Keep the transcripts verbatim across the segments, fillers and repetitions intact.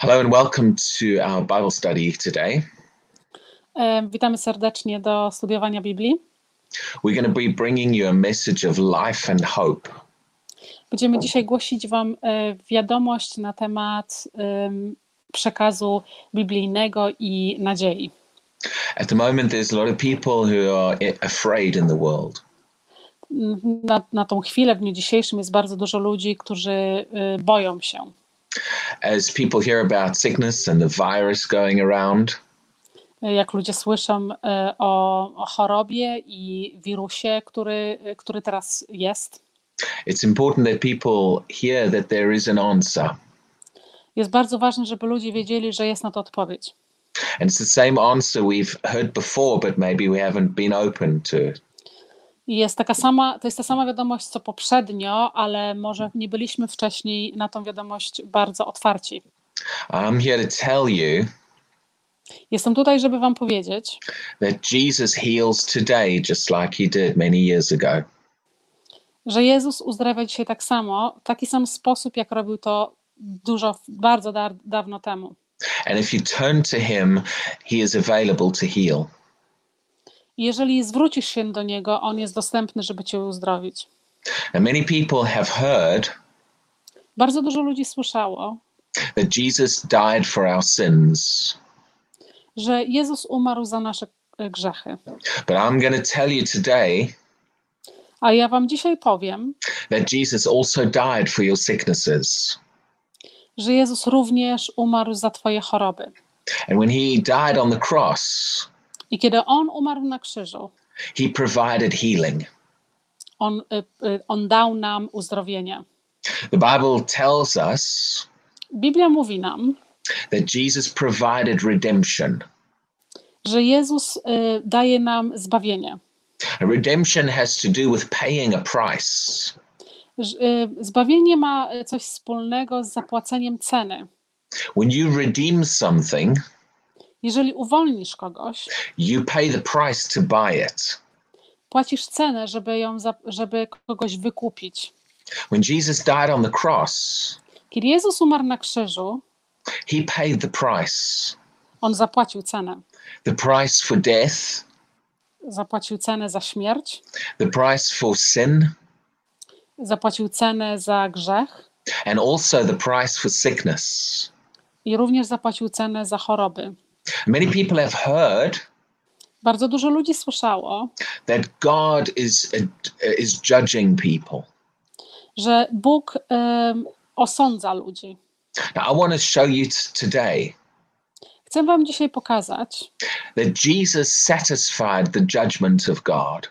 Hello and welcome to our Bible study today. E, Witamy serdecznie do studiowania Biblii. We're going to be bringing you a message of life and hope. Będziemy dzisiaj głosić Wam e, wiadomość na temat em, przekazu biblijnego i nadziei. At the moment, there's a lot of people who are afraid in the world. Na, na tą chwilę, w dniu dzisiejszym, jest bardzo dużo ludzi, którzy e, boją się. As people hear about sickness and the virus going around, E, Jak ludzie słyszą e, o, o chorobie i wirusie, który, e, który teraz jest, it's important that people hear that there is an answer. jest bardzo ważne, żeby ludzie wiedzieli, że jest na to odpowiedź. And it's the same answer we've heard before, but maybe we haven't been open to it. I jest taka sama, to jest ta sama wiadomość, co poprzednio, ale może nie byliśmy wcześniej na tą wiadomość bardzo otwarci. I'm here to tell you Jestem tutaj, żeby wam powiedzieć, that Jesus heals today just like he did many years ago. że Jezus uzdrawia dzisiaj tak samo, w taki sam sposób, jak robił to dużo, bardzo da- dawno temu. And if you turn to him, he is available to heal. I jeżeli zwrócisz się do Niego, On jest dostępny, żeby cię uzdrowić. And many people have heard Bardzo dużo ludzi słyszało, that Jesus died for our sins. że Jezus umarł za nasze e, grzechy. But I'm going to tell you today A ja wam dzisiaj powiem, that Jesus also died for your sicknesses. że Jezus również umarł za twoje choroby. And when he died on the cross, I kiedy On umarł na krzyżu, he provided healing. On, y, y, on dał nam uzdrowienie. The Bible tells us Biblia mówi nam, that Jesus provided redemption. że Jezus y, daje nam zbawienie. Redemption has to do with paying a price. Ż- y, Zbawienie ma coś wspólnego z zapłaceniem ceny. When you redeem something, Jeżeli uwolnisz kogoś, you pay the price to buy it. płacisz cenę, żeby, ją, za- żeby kogoś wykupić. When Jesus died on the cross, Kiedy Jezus umarł na krzyżu, he paid the price. On zapłacił cenę. The price for death, Zapłacił cenę za śmierć, the price for sin, zapłacił cenę za grzech and also the price for sickness. i również zapłacił cenę za choroby. Many people have heard Bardzo dużo ludzi słyszało, that God is is judging people. że Bóg em, osądza ludzi. Now, I want to show you t- today Chcę wam dzisiaj pokazać, that Jesus satisfied the judgment of God.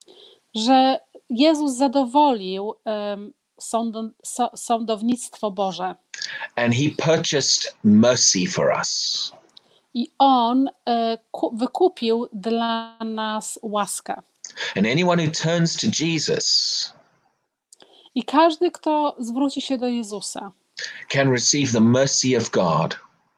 że Jezus zadowolił um, sądo, so, sądownictwo Boże And he purchased mercy for us. i On e, ku, wykupił dla nas łaskę. And anyone who turns to Jesus I każdy, kto zwróci się do Jezusa, can receive the mercy of God.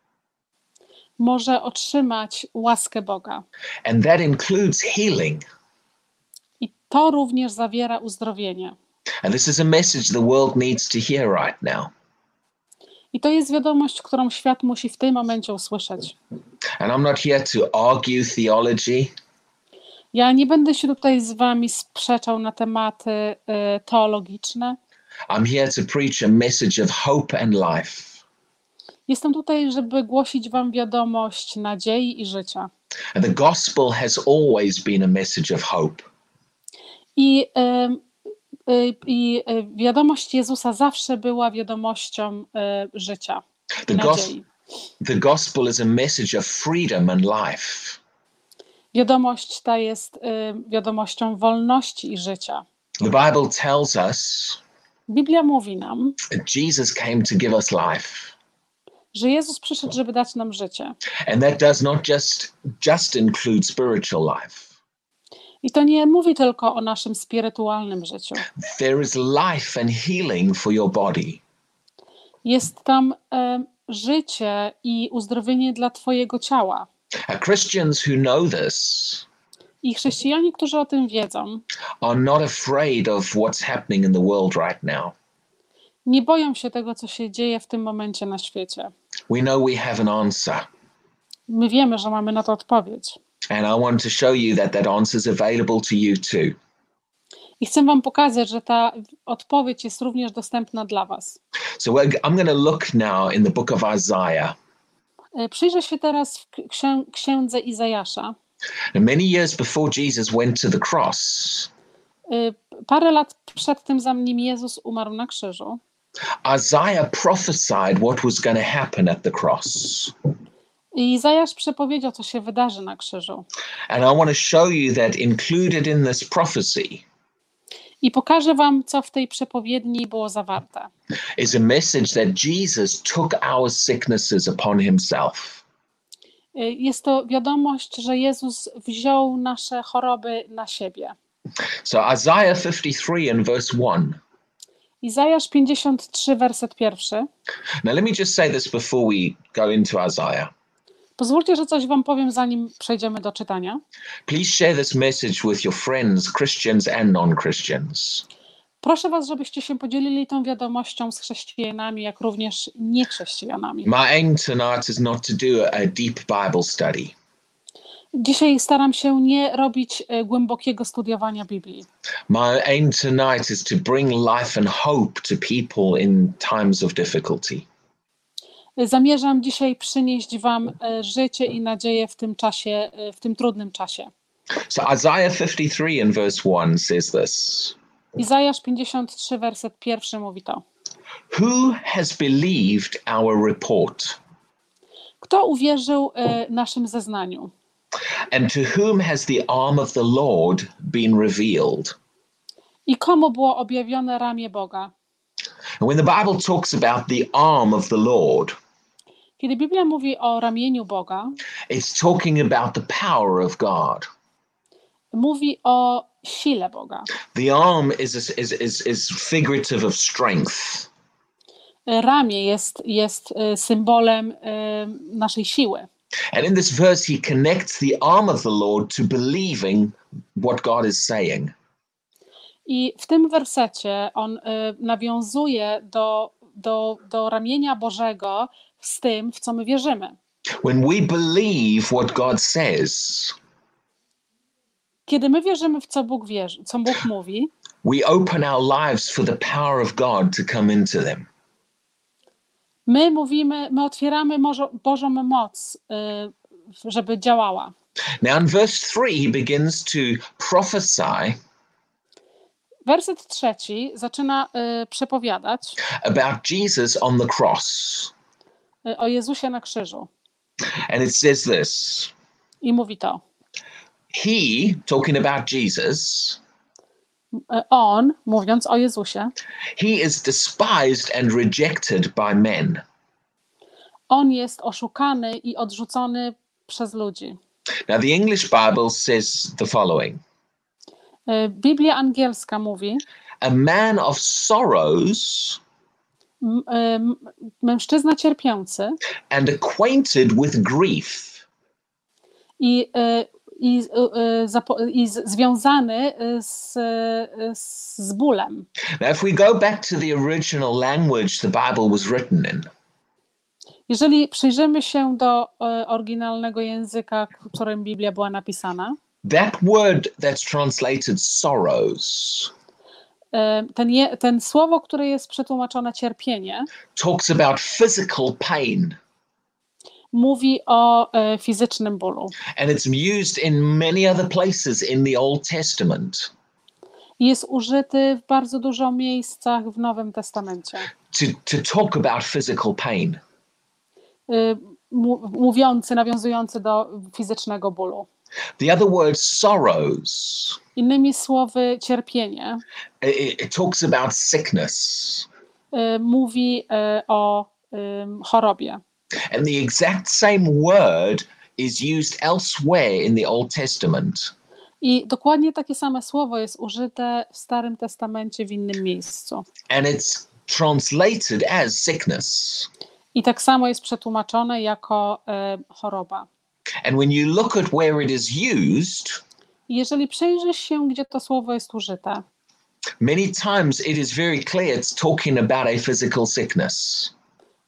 może otrzymać łaskę Boga. And that includes healing. I to również zawiera uzdrowienie. And this is a message the world needs to hear right now. I to jest wiadomość, którą świat musi w tym momencie usłyszeć. And I'm not here to argue theology. Ja nie będę się tutaj z wami sprzeczał na tematy y, teologiczne. I'm here to preach a message of hope and life. Jestem tutaj, żeby głosić wam wiadomość nadziei i życia. And the gospel has always been a message of hope. I, y, y, i y, wiadomość Jezusa zawsze była wiadomością y, życia i The, gos- nadziei. the gospel is a message of freedom and life. Wiadomość ta jest y, wiadomością wolności i życia. The Bible tells us Biblia mówi nam, that Jesus came to give us life. że Jezus przyszedł, żeby dać nam życie. And that does not just just include spiritual life. I to nie mówi tylko o naszym spirytualnym życiu. There is life and healing for your body. Jest tam e, życie i uzdrowienie dla twojego ciała. Uh, Christians who know this I chrześcijanie, którzy o tym wiedzą, are not afraid of what's happening in the world right now. nie boją się tego, co się dzieje w tym momencie na świecie. We know we have an answer. My wiemy, że mamy na to odpowiedź. And I want to show you that that answer is available to you too. I chcę wam pokazać, że ta odpowiedź jest również dostępna dla was. So we're, I'm going to look now in the book of Isaiah. Przyjrzę się teraz w księ- księdze Izajasza. And many years before Jesus went to the cross, Parę lat przed tym, zanim Jezus umarł na krzyżu, Isaiah prophesied what was going to happen at the cross. Izajasz przepowiedział, co się wydarzy na krzyżu. And I want to show you that included in this prophecy I pokażę wam, co w tej przepowiedni było zawarte. is a message that Jesus took our sicknesses upon himself. Jest to wiadomość, że Jezus wziął nasze choroby na siebie. So Isaiah fifty-three and verse one. Izajasz pięćdziesiąt trzy, werset pierwszy. Now let me just say this before we go into Isaiah. Pozwólcie, że coś wam powiem, zanim przejdziemy do czytania. Please share this message with your friends, Christians and non-Christians. Proszę was, żebyście się podzielili tą wiadomością z chrześcijanami, jak również niechrześcijanami. My aim tonight is not to do a deep Bible study. Dzisiaj staram się nie robić głębokiego studiowania Biblii. My aim tonight is to bring life and hope to people in times of difficulty. Zamierzam dzisiaj przynieść wam życie i nadzieję w tym czasie, w tym trudnym czasie. So Isaiah fifty-three and verse one says this. Izajasz pięćdziesiąt trzy, werset pierwszy mówi to. Who has believed our report? Kto uwierzył naszym zeznaniu? And to whom has the arm of the Lord been revealed? I komu było objawione ramię Boga? And when the Bible talks about the arm of the Lord, Kiedy Biblia mówi o ramieniu Boga, it's talking about the power of God. mówi o sile Boga. The arm is is is is figurative of strength. Ramię jest, jest symbolem naszej siły. And in this verse he connects the arm of the Lord to believing what God is saying. I w tym wersecie on nawiązuje do, do, do ramienia Bożego z tym, w co my wierzymy. When we believe what God says, Kiedy my wierzymy w co Bóg wierzy, co Bóg mówi, we open our lives for the power of God to come into them. my mówimy, my otwieramy Bożo, Bożą moc, żeby działała. Now in verse three he begins to prophesy Werset trzeci zaczyna y, przepowiadać about Jesus on the cross. y, o Jezusie na krzyżu. And it says this. I mówi to. He, talking about Jesus, Y, on, mówiąc o Jezusie, he is despised and rejected by men. on jest oszukany i odrzucony przez ludzi. Now the English Bible says the following. Y, Biblia angielska mówi, A man of sorrows m, y, mężczyzna cierpiący and acquainted with grief. i, y, i, y, zapo- i z, związany z, y, z bólem. Now if we go back to the original language the Bible was written in, Jeżeli przyjrzymy się do y, oryginalnego języka, którym Biblia była napisana, that word that's translated sorrows y, ten, je, ten słowo, które jest przetłumaczone cierpienie, talks about physical pain. mówi o y, fizycznym bólu. And it's used in many other places in the Old Testament Jest użyty w bardzo dużo miejscach w Nowym Testamencie. to, to talk about physical pain. Y, mu- mówiący, nawiązujący do fizycznego bólu. The other word, sorrows, Innymi słowy, cierpienie it, it talks about sickness. y, mówi y, o y, chorobie. And the exact same word is used elsewhere in the Old Testament. I dokładnie takie same słowo jest użyte w Starym Testamencie w innym miejscu. And it's translated as sickness. I tak samo jest przetłumaczone jako y, choroba. And when you look at where it is used, I jeżeli przyjrzysz się, gdzie to słowo jest użyte, many times it is very clear it's talking about a physical sickness.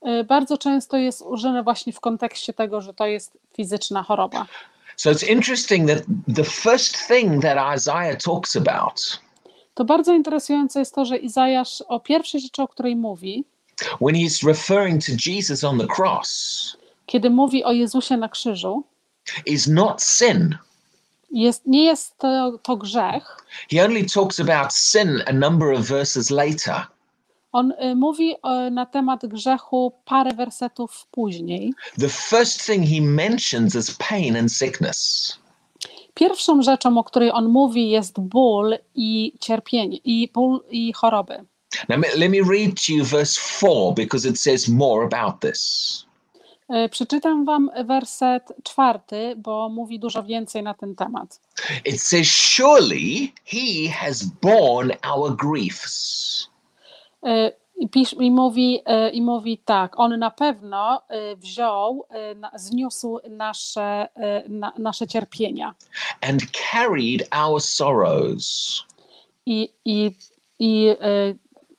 y, bardzo często jest użyte właśnie w kontekście tego, że to jest fizyczna choroba. So it's interesting that the first thing that Isaiah talks about To bardzo interesujące jest to, że Izajasz o pierwszej rzeczy, o której mówi, when he's referring to Jesus on the cross, kiedy mówi o Jezusie na krzyżu, is not sin. jest, nie jest to, to grzech. He only talks about sin a number of verses later. On y, mówi y, na temat grzechu parę wersetów później. The first thing he mentions is pain and sickness. Pierwszą rzeczą, o której on mówi, jest ból i cierpienie, i ból i choroby. Now let me read to you verse four because it says more about this. Y, Przeczytam wam werset czwarty, bo mówi dużo więcej na ten temat. It says, surely he has borne our griefs. Y, I, pisz, i, mówi, y, I mówi tak, on na pewno y, wziął, y, na, zniósł nasze, y, na, nasze cierpienia And carried our sorrows. i, i, i, y,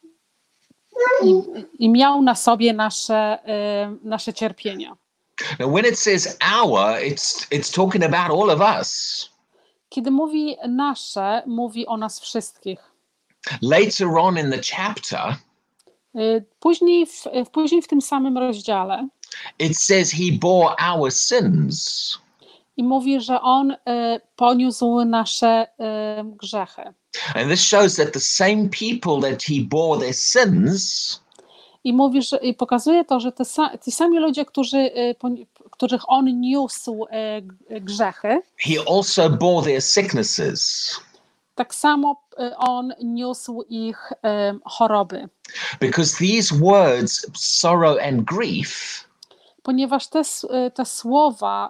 i, i miał na sobie nasze, y, nasze cierpienia. Now when it says our, it's it's talking about all of us. Kiedy mówi nasze, mówi o nas wszystkich. Later on in the chapter, Y, Później w, w, później w tym samym rozdziale it says he bore our sins. i mówi, że on y, poniósł nasze y, grzechy. And this shows that the same people that he bore their sins I mówi, że i pokazuje to, że te, sa, ci sami ludzie, którzy, y, po, których on niósł y, g- grzechy, he also bore their sicknesses. tak samo y, on niósł ich y, choroby. Because these words, sorrow and grief, Ponieważ te, s- y, te słowa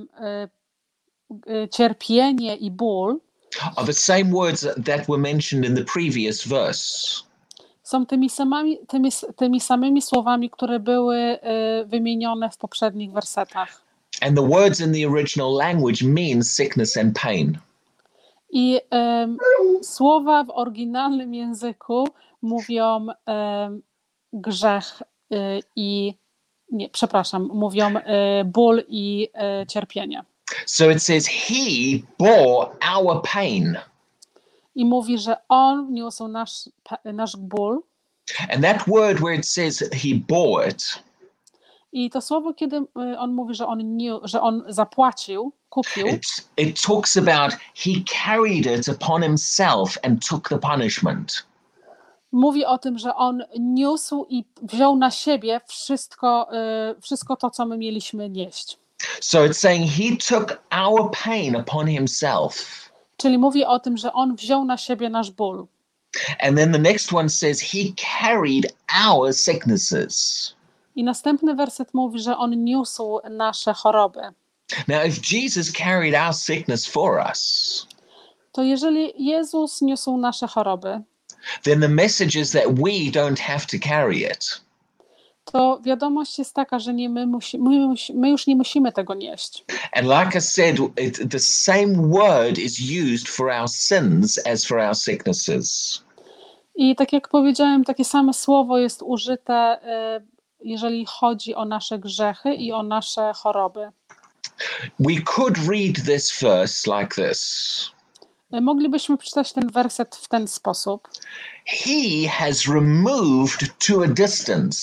y, y, y, cierpienie i ból are the same words that were mentioned in the previous verse. są tymi samymi, tymi, tymi samymi słowami, które były y, wymienione w poprzednich wersetach. And the words in the original language mean sickness and pain. I em, słowa w oryginalnym języku mówią em, grzech y, i nie, przepraszam, mówią y, ból i y, cierpienie. So it says he bore our pain. I mówi, że on niósł nasz, pa- nasz ból. And that word where it says he bore it, I to słowo, kiedy y, on mówi, że on, niu, że on zapłacił, kupił, it, it talks about he carried it upon himself and took the punishment. mówi o tym, że on niósł i wziął na siebie wszystko, y, wszystko to, co my mieliśmy nieść. So it's saying he took our pain upon himself. Czyli mówi o tym, że on wziął na siebie nasz ból. And then the next one says he carried our sicknesses. I następny werset mówi, że on niósł nasze choroby. Now, if Jesus carried our sickness for us, To jeżeli Jezus niósł nasze choroby, then the message is that we don't have to carry it. to wiadomość jest taka, że nie my, musi, my, musi, my już nie musimy tego nieść. And like I said, it, the same word is used for our sins as for our sicknesses. I tak jak powiedziałem, takie same słowo jest użyte, y, jeżeli chodzi o nasze grzechy i o nasze choroby. We could read this verse like this. Y, Moglibyśmy przeczytać ten werset w ten sposób. He has removed to a distance.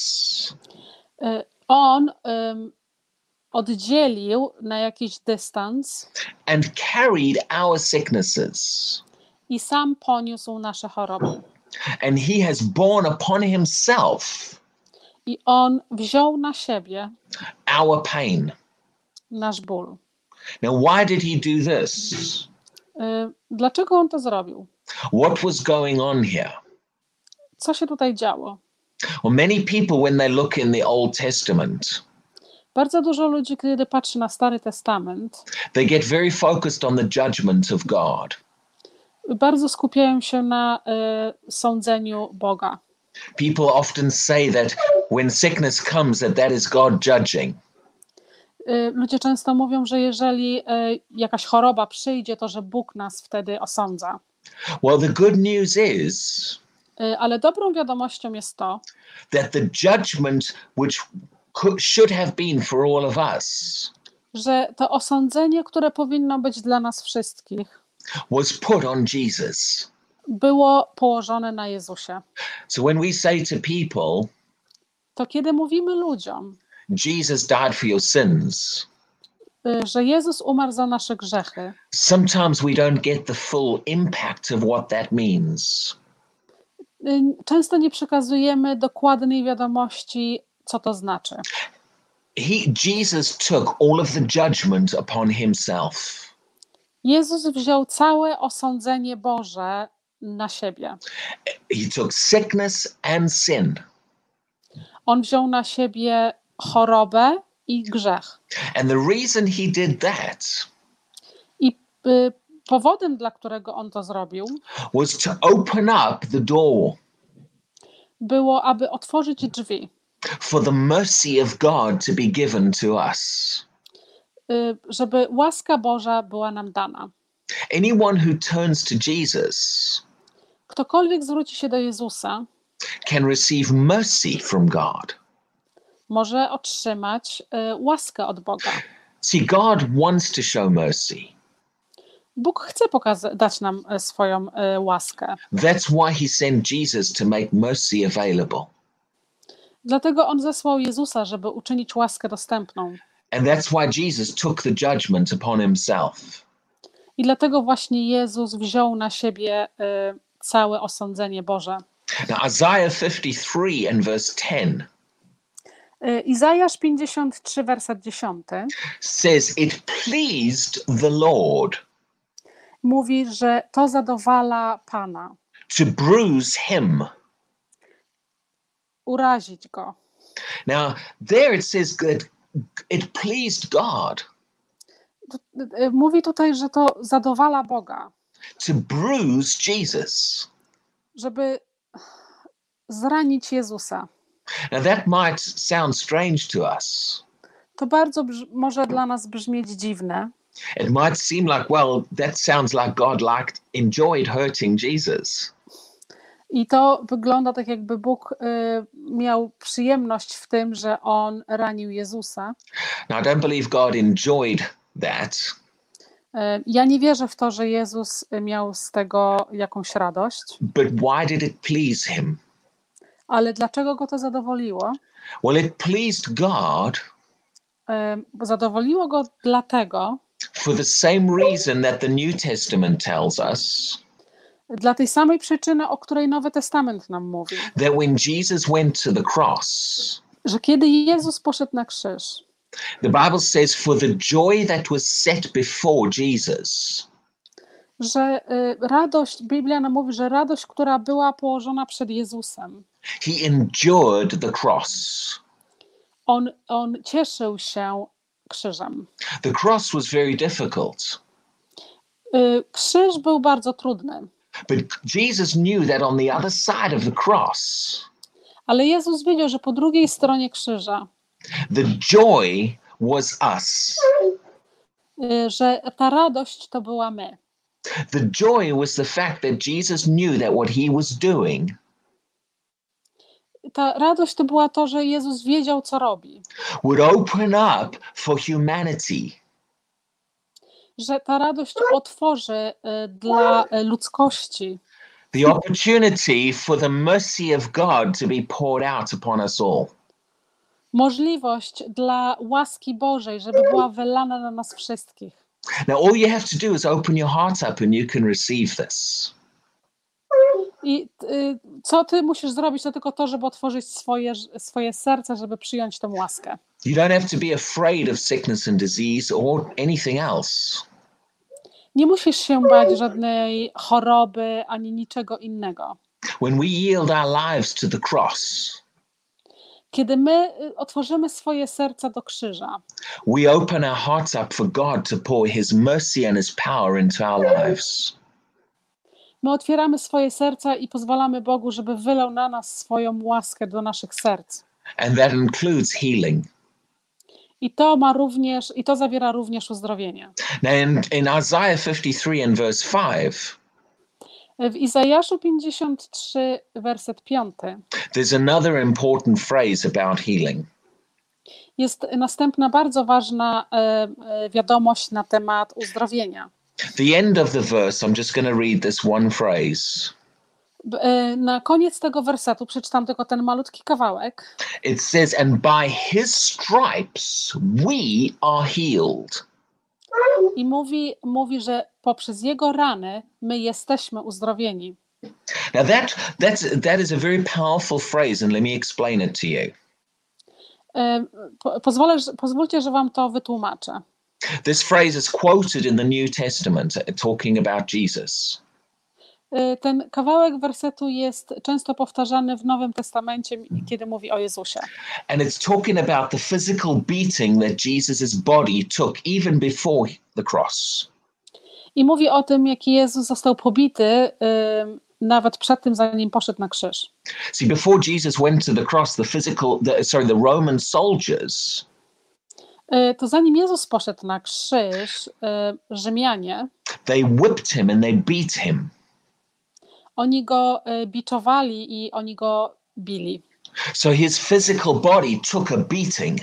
Y, On ym, oddzielił na jakiś dystans And carried our sicknesses. i sam poniósł nasze choroby. And he has borne upon himself I on wziął na siebie our pain. nasz ból. Now, why did he do this? Y, Dlaczego on to zrobił? What was going on here? Co się tutaj działo? Well, many people, when they look in the Old Testament, Bardzo dużo ludzi, kiedy patrzy na Stary Testament, they get very focused on the judgment of God. bardzo skupiają się na y, sądzeniu Boga. People often say that when sickness comes, that that is God judging. Y, ludzie często mówią, że jeżeli y, jakaś choroba przyjdzie, to że Bóg nas wtedy osądza. Well, the good news is Y, Ale dobrą wiadomością jest to, that the judgment which could, should have been for all of us że to osądzenie, które powinno być dla nas wszystkich, was put on Jesus. było położone na Jezusie. So when we say to people, To kiedy mówimy ludziom, Jesus died for your sins, y, że Jezus umarł za nasze grzechy, sometimes we don't get the full impact of what that means. y, często nie przekazujemy dokładnej wiadomości, co to znaczy. He, Jesus took all of the judgment upon himself. Jezus wziął całe osądzenie Boże na siebie. He took sickness and sin. On wziął na siebie chorobę i grzech. And the reason he did that I y, powodem, dla którego on to zrobił, was to open up the door było, aby otworzyć drzwi, for the mercy of God to be given to us. y, żeby łaska Boża była nam dana. Anyone who turns to Jesus Ktokolwiek zwróci się do Jezusa, can receive mercy from God. może otrzymać y, łaskę od Boga. See, God wants to show mercy. Bóg chce pokaza- dać nam y, swoją y, łaskę. That's why he sent Jesus to make mercy available. Dlatego on zesłał Jezusa, żeby uczynić łaskę dostępną. And that's why Jesus took the judgment upon himself. I dlatego właśnie Jezus wziął na siebie y, całe osądzenie Boże. Now, Isaiah fifty-three and verse ten Y, Izajasz pięćdziesiąt trzy, werset dziesięć says, It pleased the Lord mówi, że to zadowala Pana, to bruise him. urazić Go. Now, there it says that it pleased God Y, Mówi tutaj, że to zadowala Boga, to bruise Jesus. żeby zranić Jezusa. Now, that might sound strange to us. To bardzo brz- może dla nas brzmieć dziwne. It might seem like, well, that sounds like God liked, enjoyed hurting Jesus. I to wygląda tak, jakby Bóg y, miał przyjemność w tym, że On ranił Jezusa. Now, I don't believe God enjoyed that, Y, Ja nie wierzę w to, że Jezus miał z tego jakąś radość, but why did it please him? ale dlaczego Go to zadowoliło? Well, it pleased God Y, Zadowoliło Go dlatego, for the same reason that the New Testament tells us dla tej samej przyczyny, o której Nowy Testament nam mówi, that when Jesus went to the cross, że kiedy Jezus poszedł na krzyż, the Bible says, for the joy that was set before Jesus, że y, radość, Biblia nam mówi, że radość, która była położona przed Jezusem, he endured the cross. on, on cieszył się krzyżem. The cross was very difficult, Y, Krzyż był bardzo trudny, but Jesus knew that on the other side of the cross, ale Jezus wiedział, że po drugiej stronie krzyża, the joy was us. y, że ta radość to była my. The joy was the fact that Jesus knew that what he was doing Ta radość to była to, że Jezus wiedział, co robi, would open up for humanity. że ta radość otworzy y, dla y, ludzkości The opportunity for the mercy of God to be poured out upon us all. możliwość dla łaski Bożej, żeby była wylana na nas wszystkich. Now, all you have to do is open your heart up and you can receive this. I y, co ty musisz zrobić, to tylko to, żeby otworzyć swoje, swoje serce, żeby przyjąć tę łaskę. You don't have to be afraid of sickness and disease or anything else. Nie musisz się bać żadnej choroby ani niczego innego. When we yield our lives to the cross, Kiedy my y, otworzymy swoje serca do krzyża, we open our hearts up for God to pour his mercy and his power into our lives. my otwieramy swoje serca i pozwalamy Bogu, żeby wylał na nas swoją łaskę do naszych serc. And that includes healing. I to ma również, i to zawiera również uzdrowienie. Now, in, in Isaiah fifty-three and verse five, W Izajaszu pięćdziesiąt trzy, werset piąty, there's another important phrase about healing. jest następna bardzo ważna e, e, wiadomość na temat uzdrowienia. The end of the verse, I'm just going to read this one phrase. B- e, Na koniec tego wersetu przeczytam tylko ten malutki kawałek. It says, and by his stripes we are healed. I mówi, mówi, że poprzez jego rany my jesteśmy uzdrowieni. Now that that's that is a very powerful phrase, and let me explain it to you. E, po, pozwolę, że- pozwólcie, że wam to wytłumaczę. This phrase is quoted in the New Testament, uh, talking about Jesus. E, Ten kawałek wersetu jest często powtarzany w Nowym Testamencie, kiedy mówi o Jezusie. And it's talking about the physical beating that Jesus' body took even before the cross. I mówi o tym, jaki Jezus został pobity ym, nawet przed tym, zanim poszedł na krzyż. See, before Jesus went to the cross, the physical, the, sorry, the Roman soldiers, Y, To zanim Jezus poszedł na krzyż, y, Rzymianie, they whipped him and they beat him. oni go y, biczowali i oni go bili. So his physical body took a beating.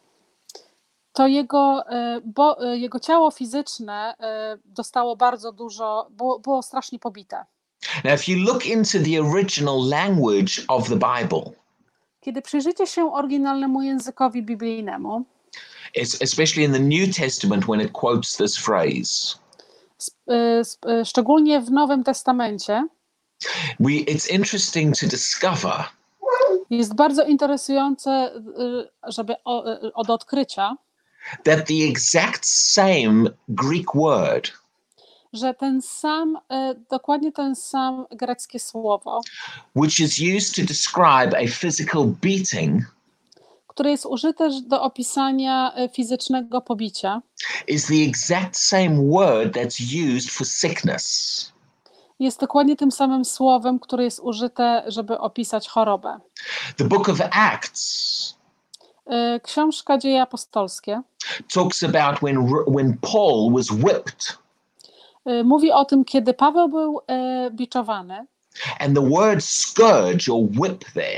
To jego, y, bo, y, jego ciało fizyczne y, dostało bardzo dużo, było, było strasznie pobite. Now, if you look into the original language of the Bible, Kiedy przyjrzycie się oryginalnemu językowi biblijnemu, it's, especially in the New Testament when it quotes this phrase, sp- y, sp- y, szczególnie w Nowym Testamencie, we it's interesting to discover jest bardzo interesujące, y, żeby o, y, od odkrycia, that the exact same Greek word że ten sam, y, dokładnie ten sam greckie słowo, which is used to describe a physical beating które jest użyte do opisania y, fizycznego pobicia, is the exact same word that's used for sickness. jest dokładnie tym samym słowem, które jest użyte, żeby opisać chorobę. The book of Acts Y, Książka Dzieje Apostolskie talks about when when Paul was whipped, y, mówi o tym, kiedy Paweł był y, biczowany, and the word scourge or whip there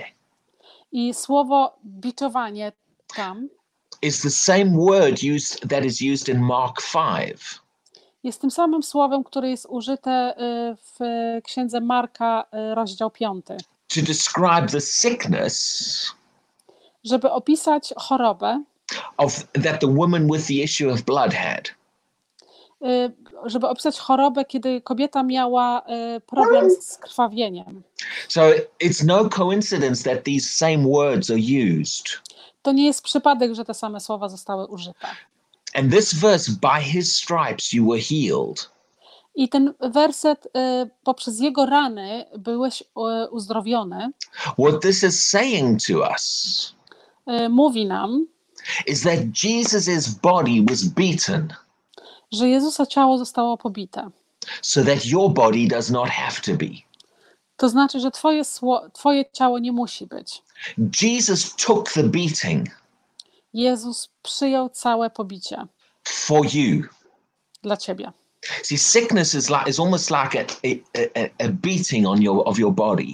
i słowo biczowanie tam is the same word used that is used in Mark five. jest tym samym słowem, które jest użyte y, w księdze Marka, y, rozdział piąty, To describe the sickness żeby opisać chorobę, of that the woman with the issue of blood had. y, żeby opisać chorobę, kiedy kobieta miała y, problem z krwawieniem. So it's no coincidence that these same words are used. To nie jest przypadek, że te same słowa zostały użyte. And this verse, by his stripes you were healed, I ten werset, y, poprzez jego rany byłeś y, uzdrowiony, what this is saying to us y, mówi nam, is that Jesus's body was beaten że Jezusa ciało zostało pobite. so that your body does not have to be. To znaczy, że twoje, sło- twoje ciało nie musi być. Jesus took the beating Jezus przyjął całe pobicie for you. dla ciebie. See, sickness is like is almost like a, a, a, a beating on your of your body.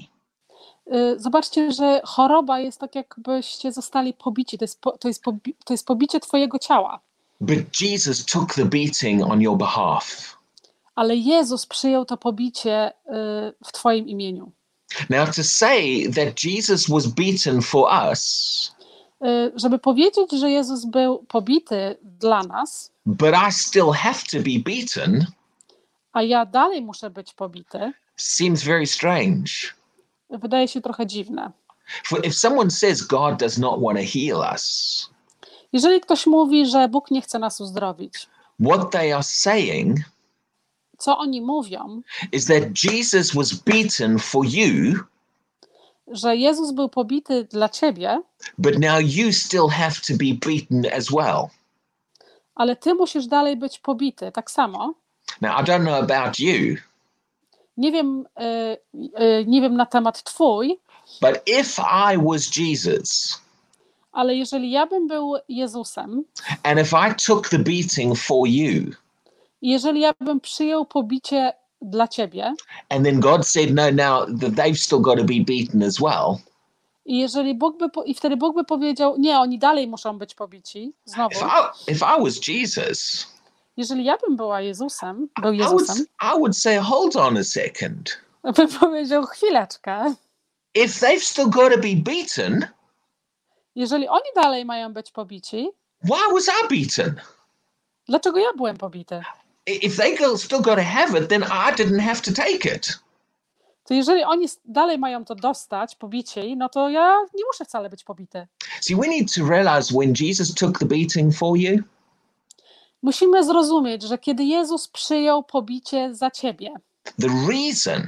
Y, Zobaczcie, że choroba jest tak, jakbyście zostali pobici. To jest, po, to jest, pobi- to jest pobicie twojego ciała. But Jesus took the beating on your behalf. Ale Jezus przyjął to pobicie y, w twoim imieniu. Now, to say that Jesus was beaten for us, Y, Żeby powiedzieć, że Jezus był pobity dla nas, but I still have to be beaten, a ja dalej muszę być pobity, seems very strange. wydaje się trochę dziwne. For if someone says God does not want to heal us, Jeżeli ktoś mówi, że Bóg nie chce nas uzdrowić, what they are saying co oni mówią, is that Jesus was beaten for you, że Jezus był pobity dla ciebie, but now you still have to be beaten as well. ale ty musisz dalej być pobity, tak samo. Now, I don't know about you, Nie wiem, y, y, nie wiem na temat twój, but if I was Jesus, ale jeżeli ja bym był Jezusem, and if I took the beating for you, i jeżeli ja bym przyjął pobicie dla ciebie. And then God said, no, now that they've still got to be beaten as well. I jeżeli Bóg by po, i wtedy Bóg by powiedział, nie, oni dalej muszą być pobici, znowu. If I, if I was Jesus, Jeżeli ja bym była Jezusem, był I would, Jezusem, I would say, hold on a second. bym powiedział, chwileczkę, If they've still got to be beaten, jeżeli oni dalej mają być pobici, why was I beaten? dlaczego ja byłem pobity? If they go- still got to have it, then I didn't have to take it. To jeżeli oni s- dalej mają to dostać, pobici, no to ja nie muszę wcale być pobity. See, we need to realize when Jesus took the beating for you, Musimy zrozumieć, że kiedy Jezus przyjął pobicie za ciebie, the reason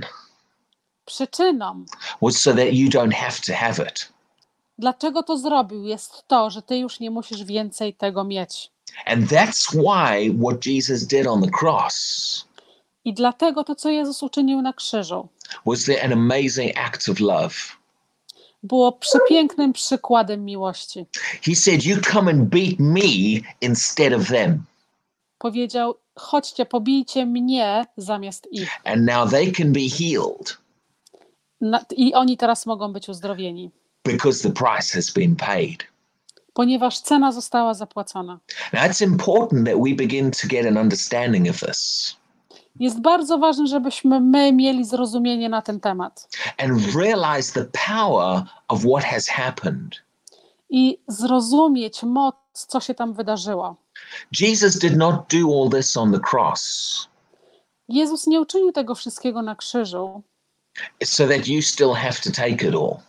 przyczyną, was so that you don't have to have it. dlaczego to zrobił, jest to, że ty już nie musisz więcej tego mieć. And that's why what Jesus did on the cross I dlatego to, co Jezus uczynił na krzyżu, was the, an amazing act of love. było przepięknym przykładem miłości. He said, you come and beat me instead of them. Powiedział, chodźcie, pobijcie mnie zamiast ich. And now they can be healed Na- I oni teraz mogą być uzdrowieni, because the price has been paid. ponieważ cena została zapłacona. Now, it's important that we begin to get an understanding of this Jest bardzo ważne, żebyśmy my mieli zrozumienie na ten temat and realize the power of what has happened. i zrozumieć moc, co się tam wydarzyło. Jesus did not do all this on the cross Jezus nie uczynił tego wszystkiego na krzyżu so that you still have to take it all.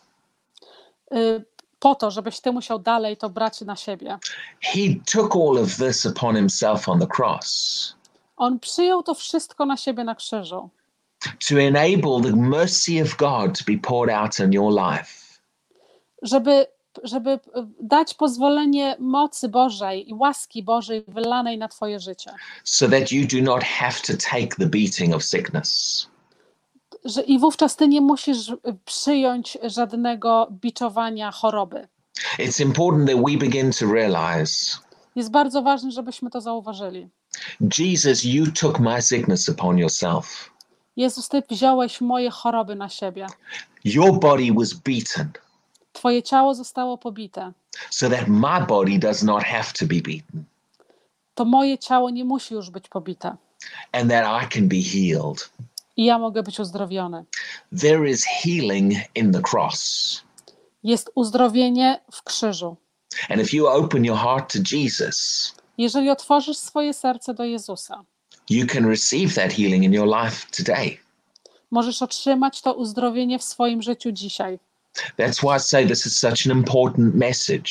y, po to, żebyś ty musiał dalej to brać na siebie. He took all of this upon himself on the cross On przyjął to wszystko na siebie na krzyżu, to enable the mercy of God to be poured out in your life. żeby, żeby dać pozwolenie mocy Bożej i łaski Bożej wylanej na twoje życie. So that you do not have to take the beating of sickness. Że, I wówczas ty nie musisz przyjąć żadnego biczowania choroby. It's important that we begin to realize, Jest bardzo ważne, żebyśmy to zauważyli. Jesus, you took my sickness upon yourself. Jezus, ty wziąłeś moje choroby na siebie. Your body was beaten Twoje ciało zostało pobite. so that my body does not have to be beaten To moje ciało nie musi już być pobite. and that I can be healed. I ja mogę być uzdrowiony. There is healing in the cross. Jest uzdrowienie w krzyżu. And if you open your heart to Jesus, Jeżeli otworzysz swoje serce do Jezusa, you can receive that healing in your life today. możesz otrzymać to uzdrowienie w swoim życiu dzisiaj. That's why I say this is such an important message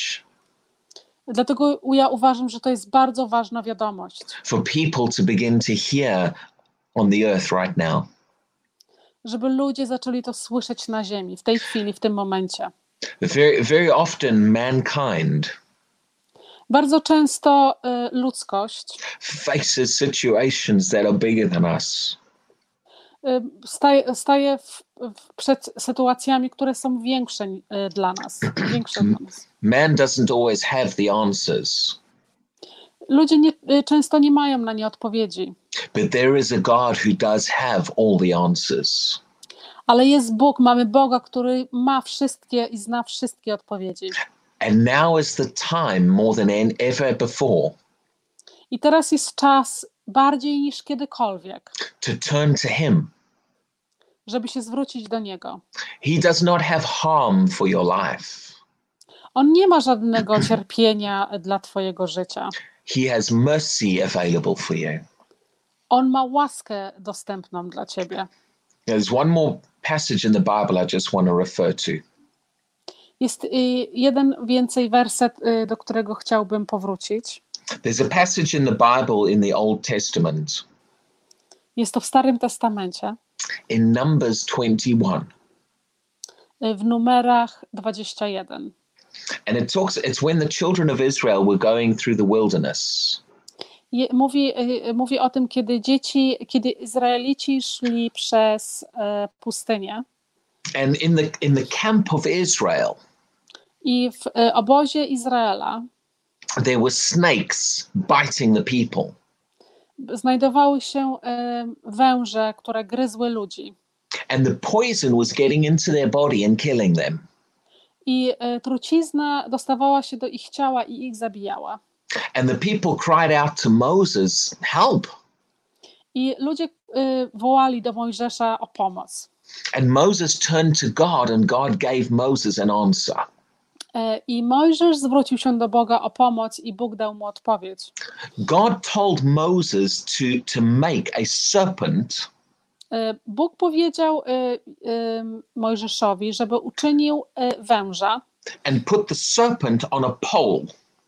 Dlatego ja uważam, że to jest bardzo ważna wiadomość, for people to begin to hear on the earth right now. żeby ludzie zaczęli to słyszeć na ziemi, w tej chwili, w tym momencie. Very, very often, mankind Bardzo często y, ludzkość faces situations that are bigger than us. y, staje, staje w, w, przed sytuacjami, które są większe y, dla nas. Większe dla nas. Man doesn't always have the answers, Ludzie nie, y, często nie mają na nie odpowiedzi, but there is a God who does have all the answers. ale jest Bóg, mamy Boga, który ma wszystkie i zna wszystkie odpowiedzi. And now is the time more than an- ever before I teraz jest czas bardziej niż kiedykolwiek, to turn to Him. żeby się zwrócić do Niego. He does not have harm for your life. On nie ma żadnego cierpienia dla twojego życia. He has mercy available for you. On ma łaskę dostępną dla ciebie. There's one more passage in the Bible I just want to refer to. Jest y, jeden więcej werset, y, do którego chciałbym powrócić. There's a passage in the Bible in the Old Testament, Jest to w Starym Testamencie, in Numbers twenty-one. y, w numerach dwudziestym pierwszym. And it talks, it's when the children of Israel were going through the wilderness. Je, mówi, y, mówi o tym, kiedy dzieci, kiedy Izraelici szli przez y, pustynię And in the in the camp of Israel, i w y, obozie Izraela there were snakes biting the people. znajdowały się em, węże, które gryzły ludzi. And the poison was getting into their body and killing them. I e, trucizna dostawała się do ich ciała i ich zabijała. And the people cried out to Moses, help. I ludzie e, wołali do Mojżesza o pomoc. And Moses turned to God and God gave Moses an answer. E, I Mojżesz zwrócił się do Boga o pomoc i Bóg dał mu odpowiedź. God told Moses to, to make a serpent E, Bóg powiedział e, e, Mojżeszowi, żeby uczynił e, węża and put the serpent on a pole.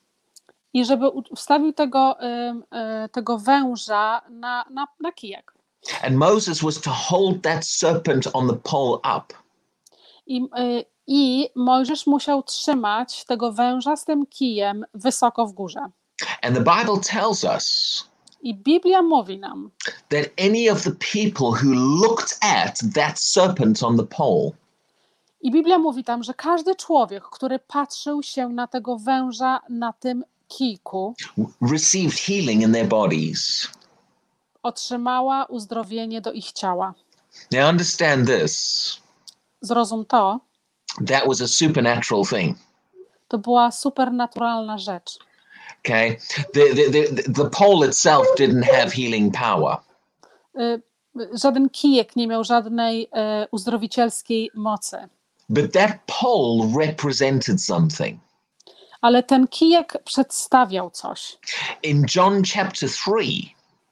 i żeby u- wstawił tego, e, e, tego węża na, na, na kijek. And Moses was to hold that serpent on the pole up. I, e, I Mojżesz musiał trzymać tego węża z tym kijem wysoko w górze. And the Bible tells us I Biblia mówi nam, that any of the people who looked at that serpent on the pole i Biblia mówi tam, że każdy człowiek, który patrzył się na tego węża na tym kijku, received healing in their bodies. otrzymała uzdrowienie do ich ciała. Now understand this. Zrozum to, That was a supernatural thing. to była supernaturalna rzecz. Okay? The, the, the, the pole itself didn't have healing power. Y, Żaden kijek nie miał żadnej e, uzdrowicielskiej mocy, But that pole represented something. ale ten kijek przedstawiał coś. In John chapter three,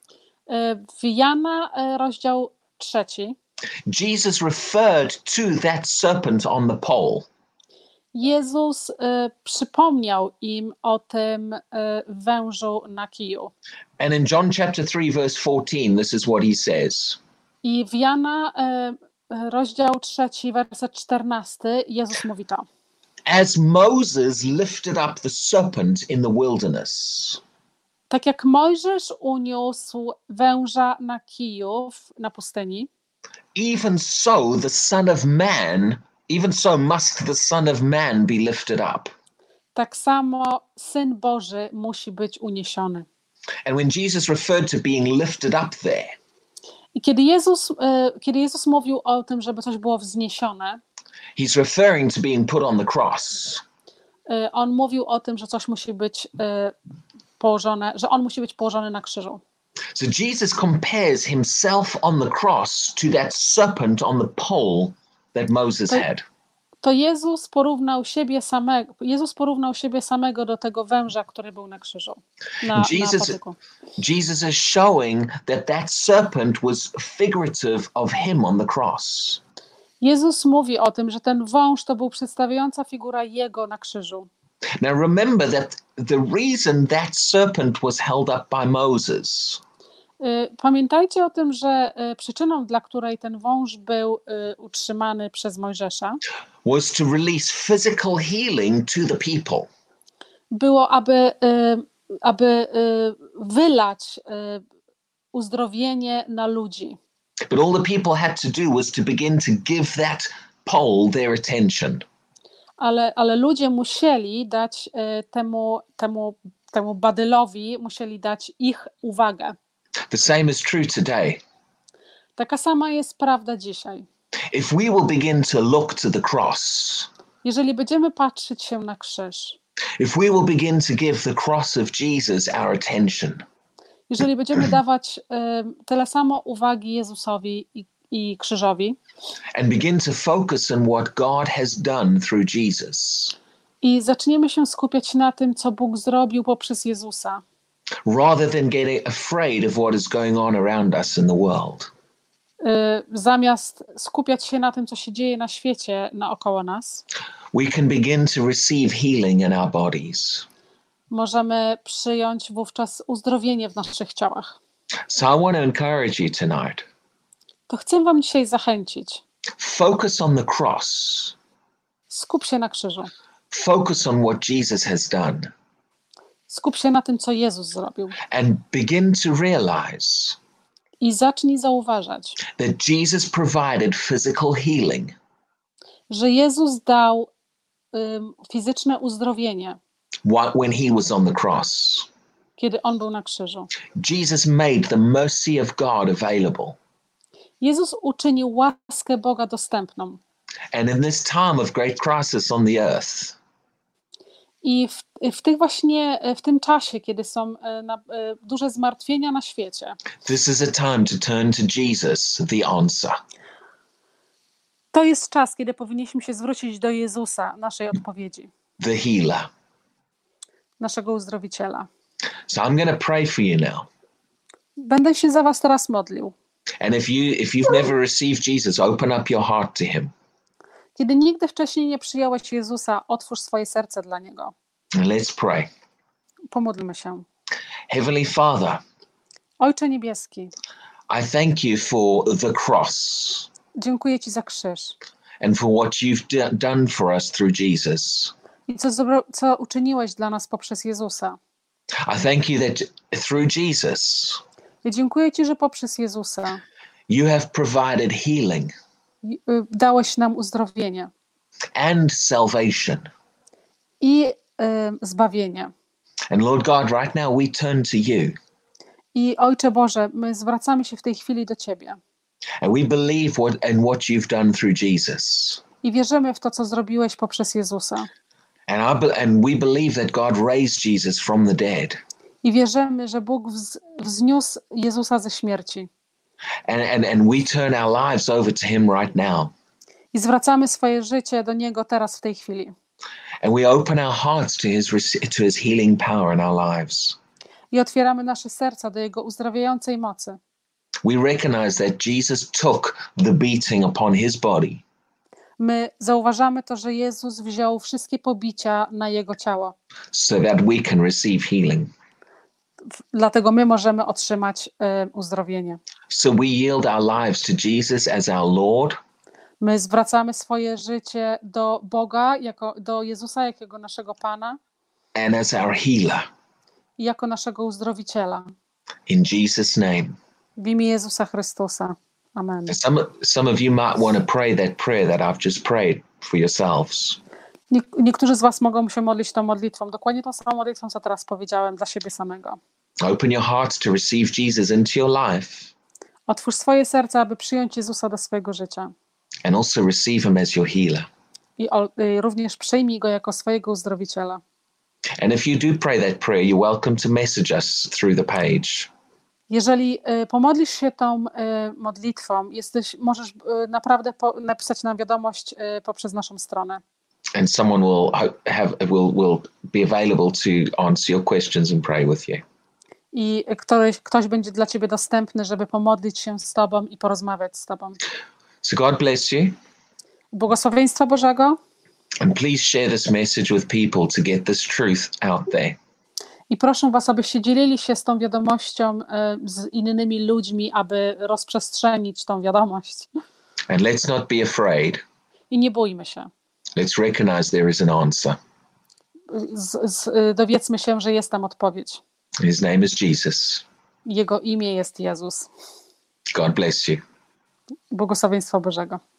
Y, W Jana e, rozdział trzeci Jesus referred to that serpent on the pole. Jezus y, przypomniał im o tym y, wężu na kiju. And in John chapter three, verse fourteen, this is what he says. I w Jana y, rozdział trzeci, werset czternasty, Jezus mówi to. As Moses lifted up the serpent in the wilderness, Tak jak Mojżesz uniósł węża na kiju w- na pustyni, even so the Son of Man, even so must the Son of Man be lifted up. tak samo Syn Boży musi być uniesiony. And when Jesus referred to being lifted up there, I kiedy Jezus, y, kiedy Jezus mówił o tym, żeby coś było wzniesione, he's referring to being put on the cross. y, on mówił o tym, że coś musi być y, położone, że on musi być położony na krzyżu. So Jesus compares himself on the cross to that serpent on the pole that Moses To- had. To Jezus porównał siebie samego, Jezus porównał siebie samego do tego węża, który był na krzyżu, na, na Jesus- patyku. Jesus is showing that that serpent was figurative of him on the cross. Jezus mówi o tym, że ten wąż to był przedstawiająca figura Jego na krzyżu. Now remember that the reason that serpent was held up by Moses Y, Pamiętajcie o tym, że y, przyczyną, dla której ten wąż był y, utrzymany przez Mojżesza, was to release physical healing to the people. było, aby, y, aby y, wylać y, uzdrowienie na ludzi. But all the people had to do was to begin to give that pole their attention. Ale, ale ludzie musieli dać y, temu, temu, temu badylowi, musieli dać ich uwagę. The same is true today. Taka sama jest prawda dzisiaj. If we will begin to look to the cross, Jeżeli będziemy patrzeć się na krzyż, if we will begin to give the cross of Jesus our attention, jeżeli będziemy dawać y, tyle samo uwagi Jezusowi i, i krzyżowi and begin to focus on what God has done through Jesus, i zaczniemy się skupiać na tym, co Bóg zrobił poprzez Jezusa, rather than getting afraid of what is going on around us in the world, y, zamiast skupiać się na tym, co się dzieje na świecie naokoło nas, we can begin to receive healing in our bodies. możemy przyjąć wówczas uzdrowienie w naszych ciałach. So I want to encourage you tonight. To chcę wam dzisiaj zachęcić. Focus on the cross. Skup się na krzyżu. Focus on what Jesus has done Skup się na tym, co Jezus zrobił. and begin to realize I zacznij zauważać, that Jesus provided physical healing że Jezus dał ym, fizyczne uzdrowienie, wh- when he was on the cross. kiedy On był na krzyżu. Jesus made the mercy of God available. Jezus uczynił łaskę Boga dostępną. And in this time of great crisis on the earth, I w, w tych właśnie, w tym czasie, kiedy są e, na, e, duże zmartwienia na świecie, this is a time to turn to Jesus, the answer. to jest czas, kiedy powinniśmy się zwrócić do Jezusa, naszej odpowiedzi, The healer. naszego uzdrowiciela. So I'm going to pray for you now. Będę się za was teraz modlił. And if you if you've never received Jesus, open up your heart to him. Kiedy nigdy wcześniej nie przyjąłeś Jezusa, otwórz swoje serce dla Niego. And let's pray. Pomódlmy się. Heavenly Father, Ojcze Niebieski, I thank you for the cross dziękuję Ci za krzyż and for what you've d- done for us through Jesus. i co, zobro- co uczyniłeś dla nas poprzez Jezusa. I thank you that through Jesus, Ja dziękuję Ci, że poprzez Jezusa you have provided healing y- y, dałeś nam uzdrowienie and salvation. i y, zbawienie. And Lord God, right now we turn to you I Ojcze Boże, my zwracamy się w tej chwili do Ciebie and we believe what and what you've done through Jesus. i wierzymy w to, co zrobiłeś poprzez Jezusa. And I be- and we believe that God raised Jesus from the dead. I wierzymy, że Bóg wz- wzniósł Jezusa ze śmierci. And, and and we turn our lives over to him right now. I zwracamy swoje życie do Niego teraz w tej chwili. And we open our hearts to his rec- to his healing power in our lives. I otwieramy nasze serca do Jego uzdrawiającej mocy. We recognize that Jesus took the beating upon his body My zauważamy to, że Jezus wziął wszystkie pobicia na Jego ciało. so that we can receive healing. W- Dlatego my możemy otrzymać e, uzdrowienie. So we yield our lives to Jesus as our Lord My zwracamy swoje życie do Boga, jako, do Jezusa, jakiego naszego Pana and as our healer. i jako naszego uzdrowiciela. In Jesus' name. W imię Jezusa Chrystusa. Amen. Some some of you might want to pray that prayer that I've just prayed for yourselves. Nie, niektórzy z was mogą się modlić tą modlitwą, dokładnie tą samą modlitwą, co teraz powiedziałem, dla siebie samego. Open your hearts to receive Jesus into your life Otwórz swoje serce, aby przyjąć Jezusa do swojego życia. and also receive him as your healer. I, o, i również przyjmij Go jako swojego uzdrowiciela. And if you do pray that prayer, you're welcome to message us through the page. Jeżeli y, pomodlisz się tą y, modlitwą, jesteś, możesz y, naprawdę po, napisać nam wiadomość y, poprzez naszą stronę. And someone will ho- have will will be available to answer your questions and pray with you. I ktoś, ktoś będzie dla ciebie dostępny, żeby pomodlić się z tobą i porozmawiać z tobą. So God bless you. Błogosławieństwa Bożego And please share this message with people to get this truth out there. i proszę was, abyście dzielili się z tą wiadomością y, z innymi ludźmi, aby rozprzestrzenić tą wiadomość. And let's not be afraid. I nie bójmy się. Let's recognize there is an answer. Z, z, y, dowiedzmy się, że jest tam odpowiedź. His name is Jesus. Jego imię jest Jezus. God bless you. Błogosławieństwa Bożego.